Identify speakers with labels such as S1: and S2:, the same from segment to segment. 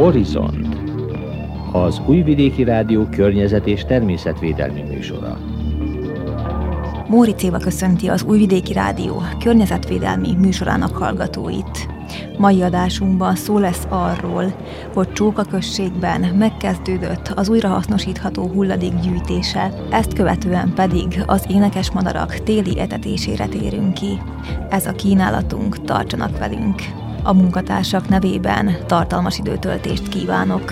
S1: Horizont, az Újvidéki Rádió környezet- és természetvédelmi műsora.
S2: Móricz Éva köszönti az Újvidéki Rádió környezetvédelmi műsorának hallgatóit. Mai adásunkban szó lesz arról, hogy Csóka községben megkezdődött az újrahasznosítható hulladék gyűjtése, ezt követően pedig az énekes madarak téli etetésére térünk ki. Ez a kínálatunk, tartsanak velünk! A munkatársak nevében tartalmas időtöltést kívánok!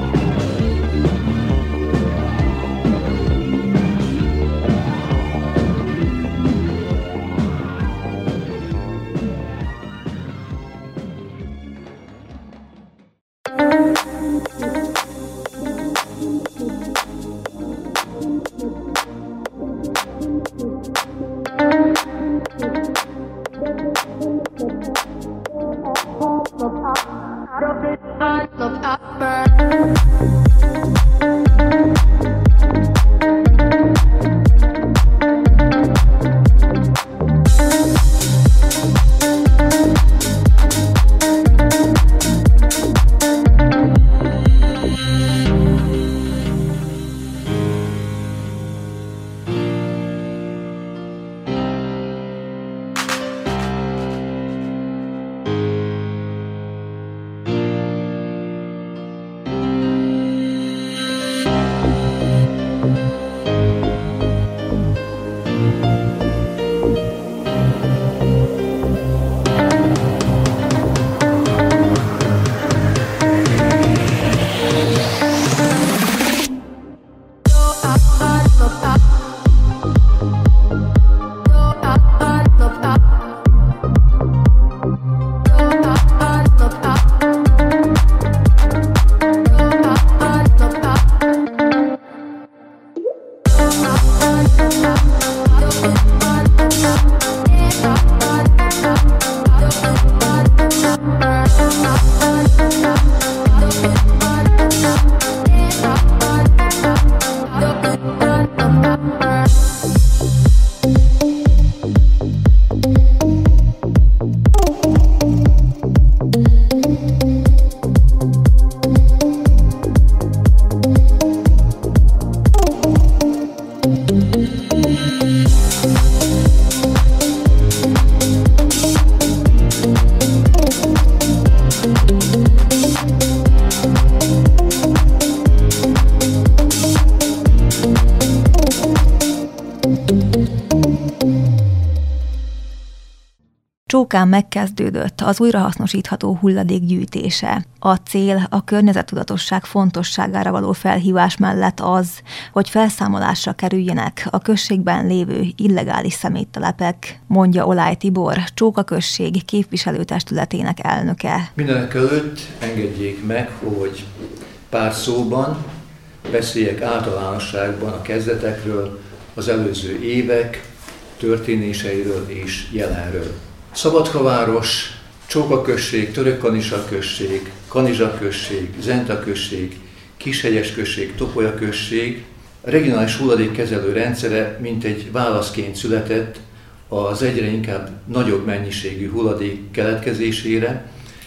S2: Csókán megkezdődött az újrahasznosítható hulladék gyűjtése. A cél a környezettudatosság fontosságára való felhívás mellett az, hogy felszámolásra kerüljenek a községben lévő illegális szeméttelepek, mondja Olály Tibor, Csóka község képviselőtestületének elnöke.
S3: Mindenekelőtt engedjék meg, hogy pár szóban beszéljek általánosságban a kezdetekről, az előző évek történéseiről és jelenről. Szabadkaváros, Csóka község, Törökkanizsa község, Kanizsa község, Zenta község, Kishegyes község, Topolya község a regionális hulladékkezelő rendszere mintegy válaszként született az egyre inkább nagyobb mennyiségű hulladék keletkezésére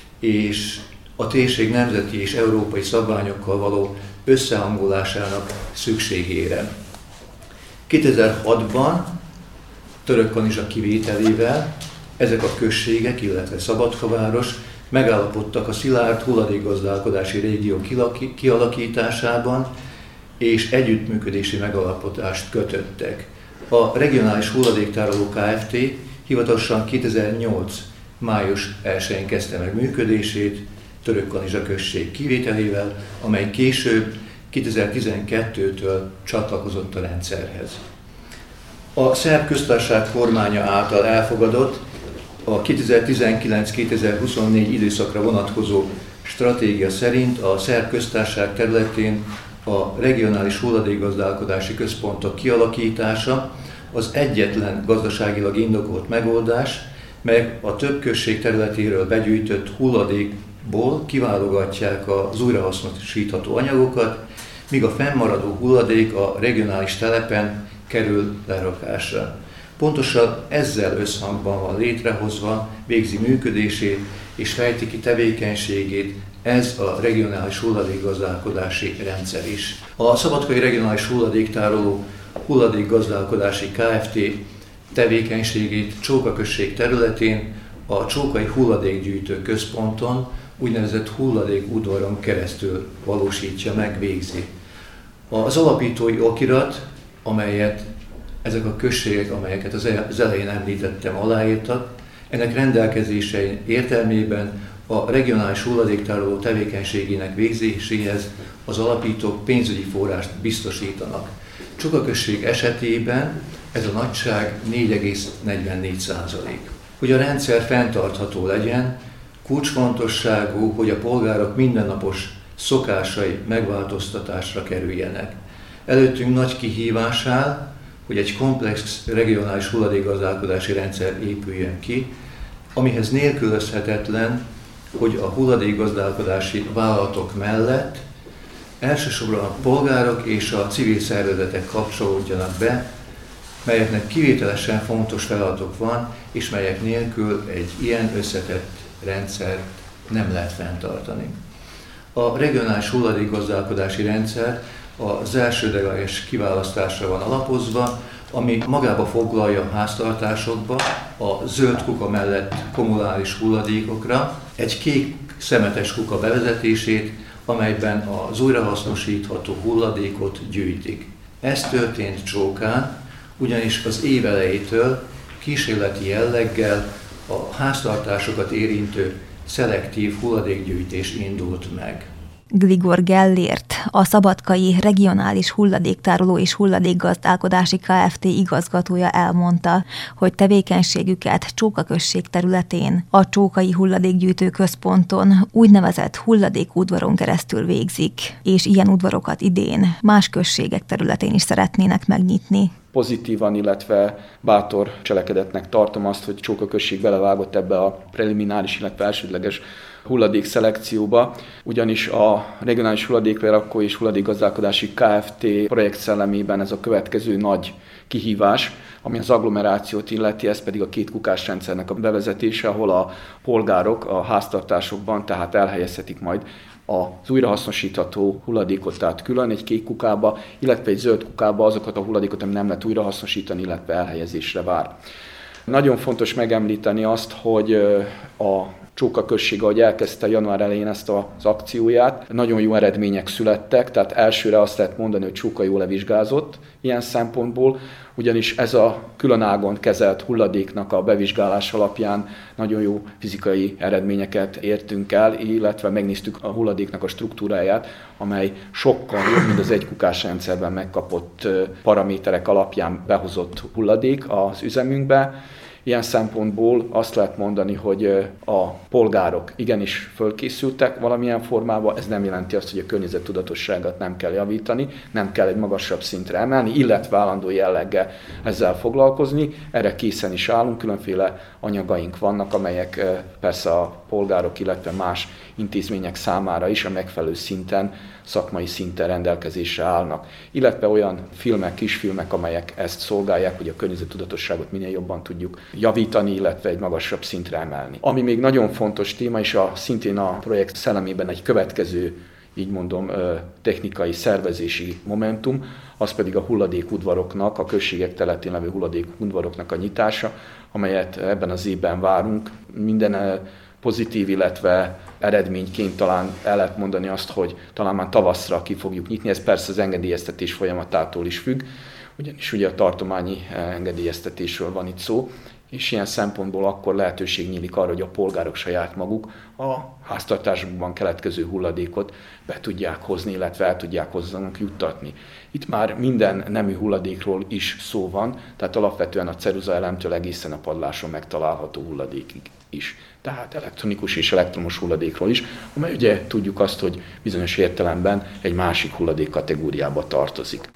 S3: és a térség nemzeti és európai szabványokkal való összehangolásának szükségére. 2006-ban Törökkanizsa kivételével ezek a községek, illetve Szabadkaváros megállapodtak a szilárd hulladékgazdálkodási régió kialakításában, és együttműködési megállapodást kötöttek. A Regionális Hulladéktároló Kft. Hivatalosan 2008. május 1-én kezdte meg működését Törökkanizsa község kivételével, amely később 2012-től csatlakozott a rendszerhez. A Szerb Köztársaság kormánya által elfogadott a 2019-2024 időszakra vonatkozó stratégia szerint a Szerb Köztársaság területén a regionális hulladékgazdálkodási központok kialakítása az egyetlen gazdaságilag indokolt megoldás, meg a több község területéről begyűjtött hulladékból kiválogatják az újrahasznosítható anyagokat, míg a fennmaradó hulladék a regionális telepen kerül lerakásra. Pontosan ezzel összhangban van létrehozva, végzi működését és fejti ki tevékenységét ez a regionális hulladékgazdálkodási rendszer is. A Szabadkai Regionális Hulladéktároló Hulladékgazdálkodási Kft. Tevékenységét Csóka község területén a Csókai Hulladékgyűjtő Központon, úgynevezett hulladékudvaron keresztül valósítja meg, végzi. Az alapítói okirat, amelyet ezek a községek, amelyeket az elején említettem, aláírtak, ennek rendelkezései értelmében a regionális hulladéktároló tevékenységének végzéséhez az alapítók pénzügyi forrást biztosítanak. Csóka község esetében ez a nagyság 4,44%. Hogy a rendszer fenntartható legyen, kulcsfontosságú, hogy a polgárok mindennapos szokásai megváltoztatásra kerüljenek. Előttünk nagy kihívás áll, hogy egy komplex regionális hulladékgazdálkodási rendszer épüljön ki, amihez nélkülözhetetlen, hogy a hulladékgazdálkodási vállalatok mellett elsősorban a polgárok és a civil szervezetek kapcsolódjanak be, melyeknek kivételesen fontos feladatok van, és melyek nélkül egy ilyen összetett rendszert nem lehet fenntartani. A regionális hulladékgazdálkodási rendszer az elsődleges kiválasztásra van alapozva, ami magába foglalja a háztartásokba a zöld kuka mellett kommunális hulladékokra egy kék szemetes kuka bevezetését, amelyben az újrahasznosítható hulladékot gyűjtik. Ez történt Csókán, ugyanis az év elejétől kísérleti jelleggel a háztartásokat érintő szelektív hulladékgyűjtés indult meg.
S2: Grigor Gellért, a Szabadkai Regionális Hulladéktároló és Hulladékgazdálkodási Kft. Igazgatója elmondta, hogy tevékenységüket Csóka község területén, a Csókai Hulladékgyűjtő Központon úgynevezett hulladékudvaron keresztül végzik, és ilyen udvarokat idén más községek területén is szeretnének megnyitni.
S4: Pozitívan, illetve bátor cselekedetnek tartom azt, hogy Csóka község belevágott ebbe a prelimináris, illetve elsődleges hulladékszelekcióba, ugyanis a Regionális Hulladéklerakó és Hulladékgazdálkodási Kft. Projekt szellemében ez a következő nagy kihívás, ami az agglomerációt illeti, ez pedig a két kukás rendszernek a bevezetése, ahol a polgárok a háztartásokban tehát elhelyezhetik majd az újrahasznosítható hulladékot, tehát külön egy kék kukába, illetve egy zöld kukába azokat a hulladékot, ami nem lehet újrahasznosítani, illetve elhelyezésre vár. Nagyon fontos megemlíteni azt, hogy a Csóka község, ahogy elkezdte január elején ezt az akcióját, nagyon jó eredmények születtek, tehát elsőre azt lehet mondani, hogy Csóka jól levizsgázott ilyen szempontból, ugyanis ez a különágon kezelt hulladéknak a bevizsgálás alapján nagyon jó fizikai eredményeket értünk el, illetve megnéztük a hulladéknak a struktúráját, amely sokkal jobb, mint az egykukás rendszerben megkapott paraméterek alapján behozott hulladék az üzemünkbe. Ilyen szempontból azt lehet mondani, hogy a polgárok igenis fölkészültek valamilyen formában, ez nem jelenti azt, hogy a környezettudatosságot nem kell javítani, nem kell egy magasabb szintre emelni, illetve állandó jelleggel ezzel foglalkozni. Erre készen is állunk, különféle anyagaink vannak, amelyek persze a polgárok, illetve más intézmények számára is a megfelelő szinten, szakmai szinten rendelkezésre állnak. Illetve olyan filmek, kisfilmek, amelyek ezt szolgálják, hogy a környezettudatosságot minél jobban tudjuk javítani, illetve egy magasabb szintre emelni. Ami még nagyon fontos téma, és szintén a projekt szellemében egy következő, így mondom, technikai, szervezési momentum, az pedig a hulladékudvaroknak, a községek területén levő hulladékudvaroknak a nyitása, amelyet ebben az évben várunk. Minden pozitív, illetve eredményként talán el lehet mondani azt, hogy talán már tavaszra ki fogjuk nyitni. Ez persze az engedélyeztetés folyamatától is függ, ugyanis ugye a tartományi engedélyeztetésről van itt szó, és ilyen szempontból akkor lehetőség nyílik arra, hogy a polgárok saját maguk a háztartásokban keletkező hulladékot be tudják hozni, illetve el tudják hozzánk juttatni. Itt már minden nemű hulladékról is szó van, tehát alapvetően a ceruzaelemtől egészen a padláson megtalálható hulladékig is. Tehát elektronikus és elektromos hulladékról is, amely ugye tudjuk azt, hogy bizonyos értelemben egy másik hulladék kategóriába tartozik.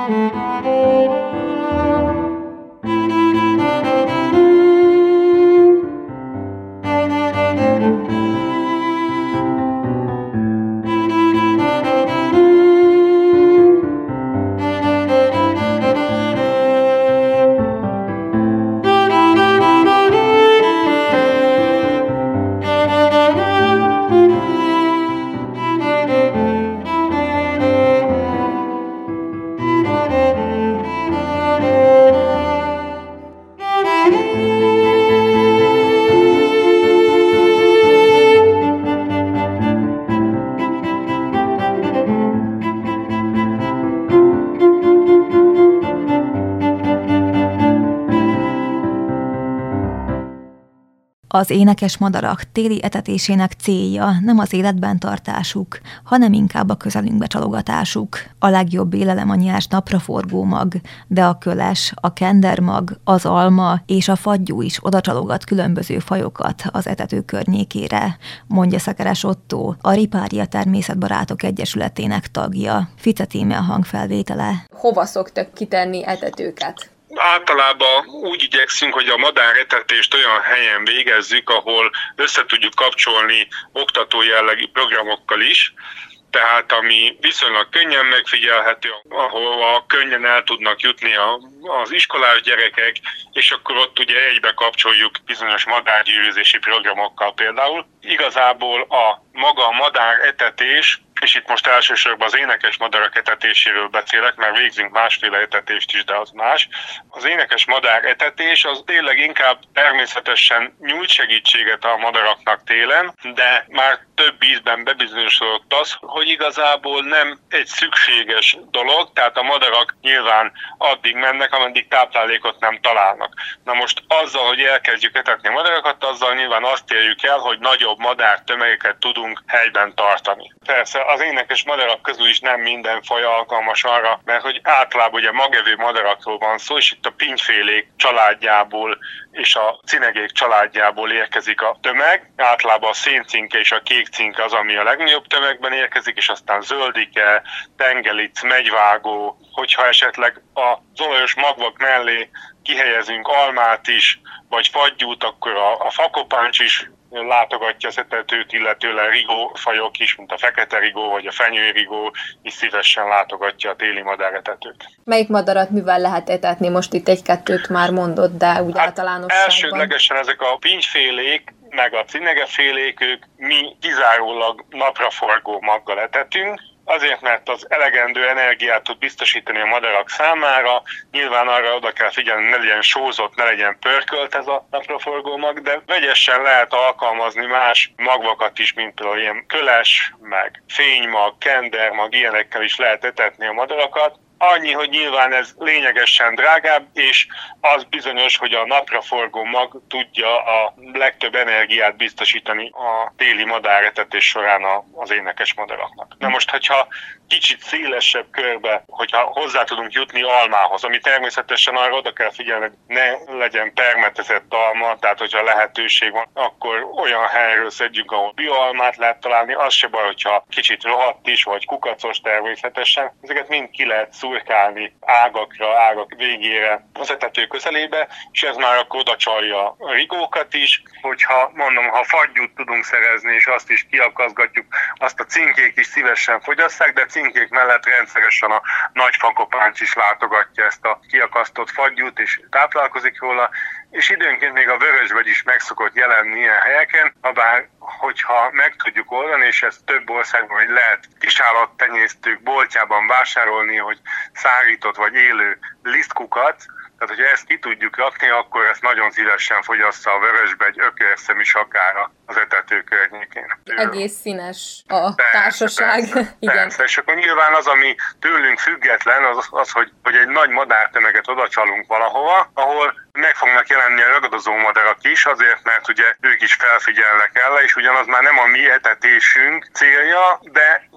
S2: Az énekes madarak téli etetésének célja nem az életben tartásuk, hanem inkább a közelünkbe csalogatásuk. A legjobb élelem a nyers napraforgó mag, de a köles, a kendermag, az alma és a fagyú is odacsalogat különböző fajokat az etető környékére, mondja Szekeres Ottó, a Ripária Természetbarátok Egyesületének tagja. Fice Tíme a hangfelvétele.
S5: Hova szoktak kitenni etetőket?
S6: Általában úgy igyekszünk, hogy a madáretetést olyan helyen végezzük, ahol össze tudjuk kapcsolni oktató jellegű programokkal is, tehát ami viszonylag könnyen megfigyelhető, ahol könnyen el tudnak jutni az iskolás gyerekek, és akkor ott ugye egybe kapcsoljuk bizonyos madárgyűrűzési programokkal például. Igazából a maga a madáretetés, és itt most elsősorban az énekes madarak etetéséről beszélek, mert végzünk másféle etetést is, de az más. Az énekes madár etetés az tényleg inkább természetesen nyújt segítséget a madaraknak télen, de már több ízben bebizonyosodott az, hogy igazából nem egy szükséges dolog, tehát a madarak nyilván addig mennek, ameddig táplálékot nem találnak. Na most azzal, hogy elkezdjük etetni a madarakat, azzal nyilván azt érjük el, hogy nagyobb madártömegeket tudunk helyben tartani. Persze az énekes madarak közül is nem minden faj alkalmas arra, mert hogy általában ugye magevő madarakról van szó, és itt a pintyfélék családjából és a cinegék családjából érkezik a tömeg. Általában a széncinke és a kékcinke az, ami a legnagyobb tömegben érkezik, és aztán zöldike, tengelic, megyvágó, hogyha esetleg az olajos magvak mellé kihelyezünk almát is, vagy fagyút, akkor a fakopáncs is látogatja az etetőt, illetőleg rigófajok is, mint a fekete rigó vagy a fenyőrigó is szívesen látogatja a téli madáretetőt.
S5: Melyik madarat mivel lehet etetni? Most itt egy-kettőt már mondott, de úgy általánosságban.
S6: Elsődlegesen ezek a pintyfélék, meg a cinegefélék, ők mi kizárólag napraforgó maggal etetünk, azért, mert az elegendő energiát tud biztosítani a madarak számára. Nyilván arra oda kell figyelni, ne legyen sózott, ne legyen pörkölt ez a napraforgó mag, de vegyesen lehet alkalmazni más magvakat is, mint például ilyen köles, meg fénymag, kendermag, ilyenekkel is lehet etetni a madarakat. Annyi, hogy nyilván ez lényegesen drágább, és az bizonyos, hogy a napraforgó mag tudja a legtöbb energiát biztosítani a téli madáretetés során az énekes madaraknak. Na most, hogyha kicsit szélesebb körbe, hogyha hozzá tudunk jutni almához, ami természetesen arra oda kell figyelni, hogy ne legyen permetezett alma, tehát hogyha lehetőség van, akkor olyan helyről szedjünk, ahol bioalmát lehet találni, az se baj, hogyha kicsit rohadt is, vagy kukacos természetesen. Ezeket mind ki lehet szurkálni ágak végére az etető közelébe, és ez már akkor oda csalja a rigókat is, hogyha mondom, ha fagyút tudunk szerezni, és azt is kiakaszgatjuk, azt a cinkék is szívesen fogyasszák, de cinkék mellett rendszeresen a nagy fakopáncs is látogatja ezt a kiakasztott fagyút, és táplálkozik róla, és időnként még a vörösvegy is meg szokott jelenni ilyen helyeken, habár hogyha meg tudjuk oldani, és ezt több országban hogy lehet kisállattenyésztők boltjában vásárolni, hogy szárított vagy élő lisztkukat, tehát hogyha ezt ki tudjuk rakni, akkor ezt nagyon szívesen fogyassza a vörösvegy, ökörszem is akár az etető környékén.
S5: Egész színes a társaság. Igen.
S6: Persze, és akkor nyilván az, ami tőlünk független, az hogy egy nagy madártömeget odacsalunk valahova, ahol meg fognak jelenni a ragadozó madarak is, azért, mert ugye ők is felfigyelnek el, és ugyanaz már nem a mi etetésünk célja, de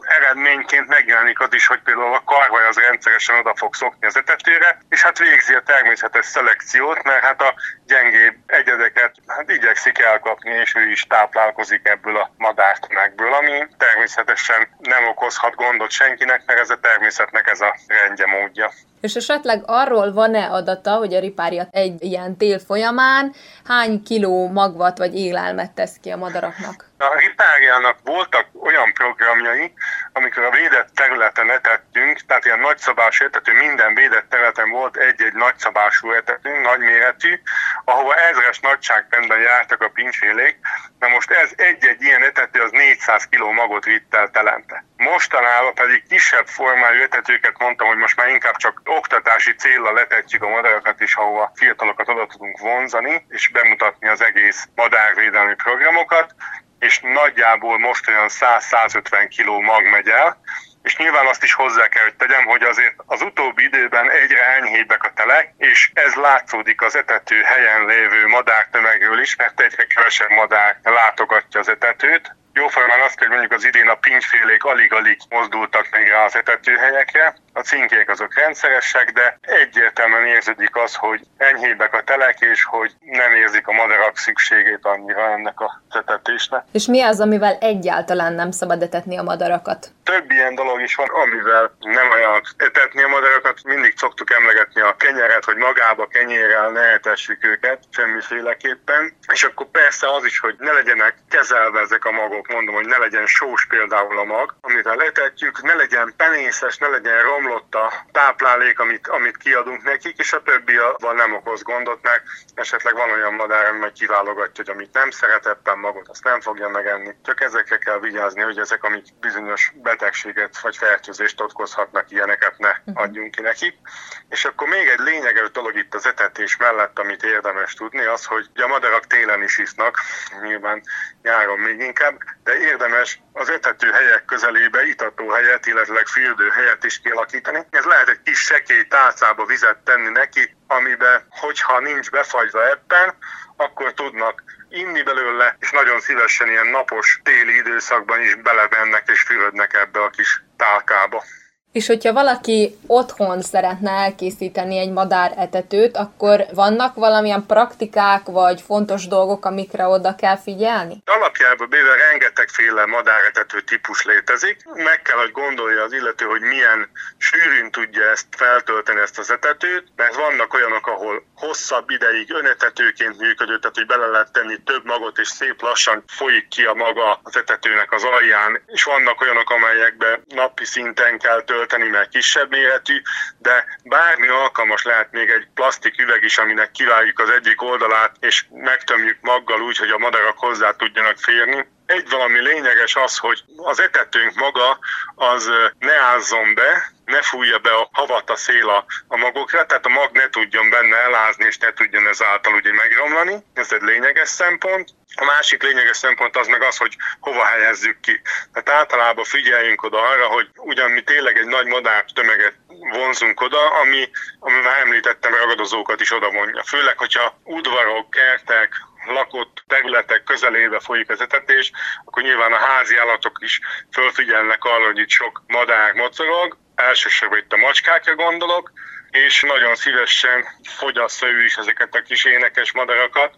S6: eredményként megjelenik az is, hogy például a karvaj az rendszeresen oda fog szokni az etetőre, és hát végzi a természetes szelekciót, mert hát a gyengébb egyedeket igyekszik elkapni, és ő is táplálkozik ebből a madártömegből, ami természetesen nem okozhat gondot senkinek, mert ez a természetnek ez a rendje módja.
S5: És esetleg arról van-e adata, hogy a ripárja egy ilyen tél folyamán hány kiló magvat vagy élelmet tesz ki a madaraknak?
S6: A ripárjának voltak olyan programjai, amikor a védett területen etettünk, tehát ilyen nagyszabású etető, minden védett területen volt egy-egy nagyszabású etető, nagyméretű, ahova 1000-es nagyságrendben jártak a pincsfélék. Na most ez egy-egy ilyen etető az 400 kg magot vitt el telente. Mostanában pedig kisebb formájú etetőket mondtam, hogy most már inkább csak oktatási céllal etetjük a madarakat is, ahova fiatalokat oda tudunk vonzani, és bemutatni az egész madárvédelmi programokat, és nagyjából most olyan 100-150 kg mag megy el, és nyilván azt is hozzá kell, hogy tegyem, hogy azért az utóbbi időben egyre enyhébbek a telek, és ez látszódik az etető helyen lévő madártömegről is, mert egyre kevesebb madár látogatja az etetőt. Jóformán azt kell, hogy mondjuk az idén a pincsfélék alig-alig mozdultak még rá az etetőhelyekre, a cinkék azok rendszeresek, de egyértelműen érződik az, hogy enyhébbek a telek, és hogy nem érzik a madarak szükségét annyira ennek a etetésnek.
S5: És mi az, amivel egyáltalán nem szabad etetni a madarakat?
S6: Több ilyen dolog is van, amivel nem olyan etetni a madarakat. Mindig szoktuk emlegetni a kenyeret, hogy magába kenyérrel ne etessük őket semmiféleképpen. És akkor persze az is, hogy ne legyenek kezelve ezek a magok. Mondom, hogy ne legyen sós például a mag, amivel etetjük, ne legyen penészes, ne legyen romlott a táplálék, amit kiadunk nekik, és a többivel nem okoz gondot, mert esetleg van olyan madár, ami majd kiválogatja, hogy amit nem szeret ebben magot, azt nem fogja megenni. Csak ezekre kell vigyázni, hogy ezek, amik bizonyos betegséget vagy fertőzést okozhatnak, ilyeneket ne adjunk ki nekik. És akkor még egy lényeges dolog itt az etetés mellett, amit érdemes tudni, az, hogy a madarak télen is isznak, nyilván nyáron még inkább, de érdemes az etetőhelyek közelébe itatóhelyet, illetve fürdőhelyet is kialakítani. Ez lehet egy kis sekély tálcába vizet tenni neki, amiben, hogyha nincs befagyva ebben, akkor tudnak inni belőle, és nagyon szívesen ilyen napos téli időszakban is belemennek és fürödnek ebbe a kis tálkába.
S5: És hogyha valaki otthon szeretne elkészíteni egy madáretetőt, akkor vannak valamilyen praktikák vagy fontos dolgok, amikre oda kell figyelni?
S6: Alapjában véve rengetegféle madáretető típus létezik. Meg kell, hogy gondolja az illető, hogy milyen sűrűn tudja ezt feltölteni, ezt az etetőt, mert vannak olyanok, ahol hosszabb ideig önetetőként működő, tehát hogy bele lehet tenni több magot, és szép lassan folyik ki a maga az etetőnek az alján, és vannak olyanok, amelyekbe napi szinten kell tölteni, mert kisebb méretű, de bármi alkalmas lehet, még egy plastik üveg is, aminek kivágjuk az egyik oldalát, és megtömjük maggal úgy, hogy a madarak hozzá tudjanak férni. Egy valami lényeges az, hogy az etetőnk maga az ne ázzon be, ne fújja be a havat, a szél a magokra, tehát a mag ne tudjon benne elázni, és ne tudjon ezáltal ugye megromlani. Ez egy lényeges szempont. A másik lényeges szempont az meg az, hogy hova helyezzük ki. Tehát általában figyeljünk oda arra, hogy ugyan mi tényleg egy nagy madár tömeget vonzunk oda, ami már említettem, ragadozókat is oda vonja. Főleg, hogyha udvarok, kertek, lakott területek közelébe folyik az etetés, akkor nyilván a házi állatok is fölfigyelnek arra, hogy itt sok madár mocorog, elsősorban itt a macskákra gondolok, és nagyon szívesen fogyassza ő is ezeket a kis énekes madarakat.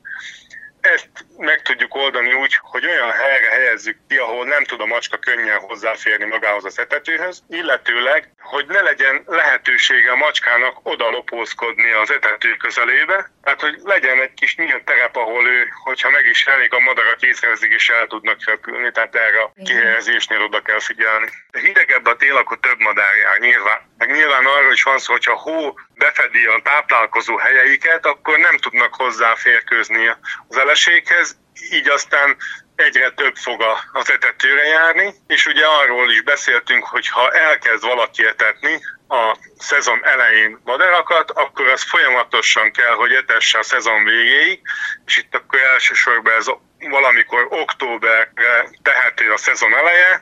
S6: Ezt meg tudjuk oldani úgy, hogy olyan helyre helyezzük ki, ahol nem tud a macska könnyen hozzáférni magához az etetőhöz, illetőleg, hogy ne legyen lehetősége a macskának oda lopózkodni az etető közelébe, tehát hogy legyen egy kis nyílt terep, ahol ő, hogyha meg is jelenik, a madarak észrevezik és el tudnak repülni, tehát erre a kihelyezésnél oda kell figyelni. De hidegebb a tél, akkor több madár jár nyilván. Meg nyilván arról is van szó, hogyha hó befedi a táplálkozó helyeiket, akkor nem tudnak hozzáférkőzni az eleséghez, így aztán egyre több fog az etetőre járni, és ugye arról is beszéltünk, hogy ha elkezd valaki etetni a szezon elején madarakat, akkor az folyamatosan kell, hogy etesse a szezon végéig, és itt akkor elsősorban ez valamikor októberre tehető a szezon eleje,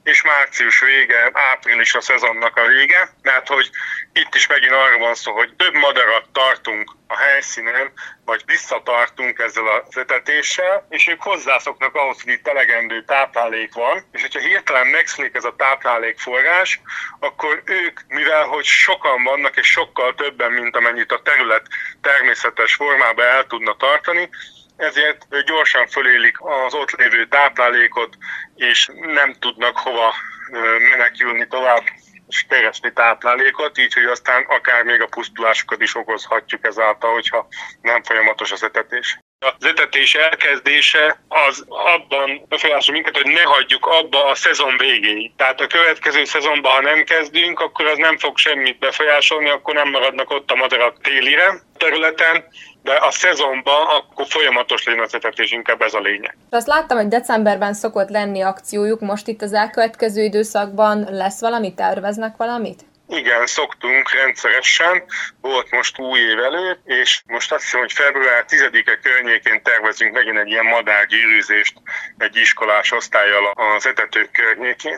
S6: és március vége, április a szezonnak a vége, mert hogy itt is megint arra van szó, hogy több madarat tartunk a helyszínen, vagy visszatartunk ezzel az etetéssel, és ők hozzászoknak ahhoz, hogy itt elegendő táplálék van, és hogyha hirtelen megszűnik ez a táplálékforrás, akkor ők, mivel hogy sokan vannak, és sokkal többen, mint amennyit a terület természetes formában el tudna tartani, ezért gyorsan fölélik az ott lévő táplálékot, és nem tudnak hova menekülni tovább, és keresni táplálékot, így, hogy aztán akár még a pusztulásokat is okozhatjuk ezáltal, hogyha nem folyamatos az etetés. Az etetés elkezdése az abban befolyásol minket, hogy ne hagyjuk abba a szezon végéig. Tehát a következő szezonban, ha nem kezdünk, akkor az nem fog semmit befolyásolni, akkor nem maradnak ott a madarak télire területen, de a szezonban akkor folyamatos legyen az etetés, inkább ez a lényeg.
S5: Azt láttam, hogy decemberben szokott lenni akciójuk, most itt az elkövetkező időszakban lesz valami, terveznek valamit?
S6: Igen, szoktunk rendszeresen, volt most új év előtt, és most azt hiszem, hogy február 10-e környékén tervezünk megint egy ilyen madárgyűrűzést egy iskolás osztállyal az etetők környékén.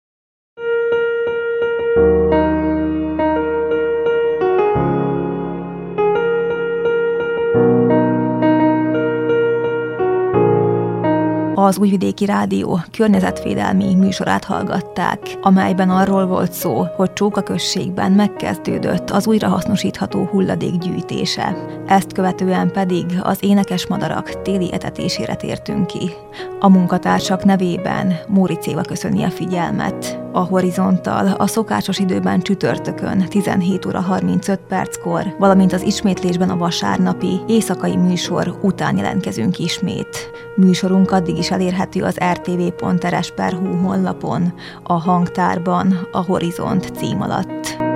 S2: Az Újvidéki Rádió környezetvédelmi műsorát hallgatták, amelyben arról volt szó, hogy Csóka községben megkezdődött az újrahasznosítható hulladék gyűjtése. Ezt követően pedig az énekes madarak téli etetésére tértünk ki. A munkatársak nevében Móricz Éva köszöni a figyelmet. A Horizonttal a szokásos időben csütörtökön 17 óra 35 perckor, valamint az ismétlésben a vasárnapi éjszakai műsor után jelentkezünk ismét. Műsorunk addig is elérhető az rtv.rs.hu honlapon, a hangtárban, a Horizont cím alatt.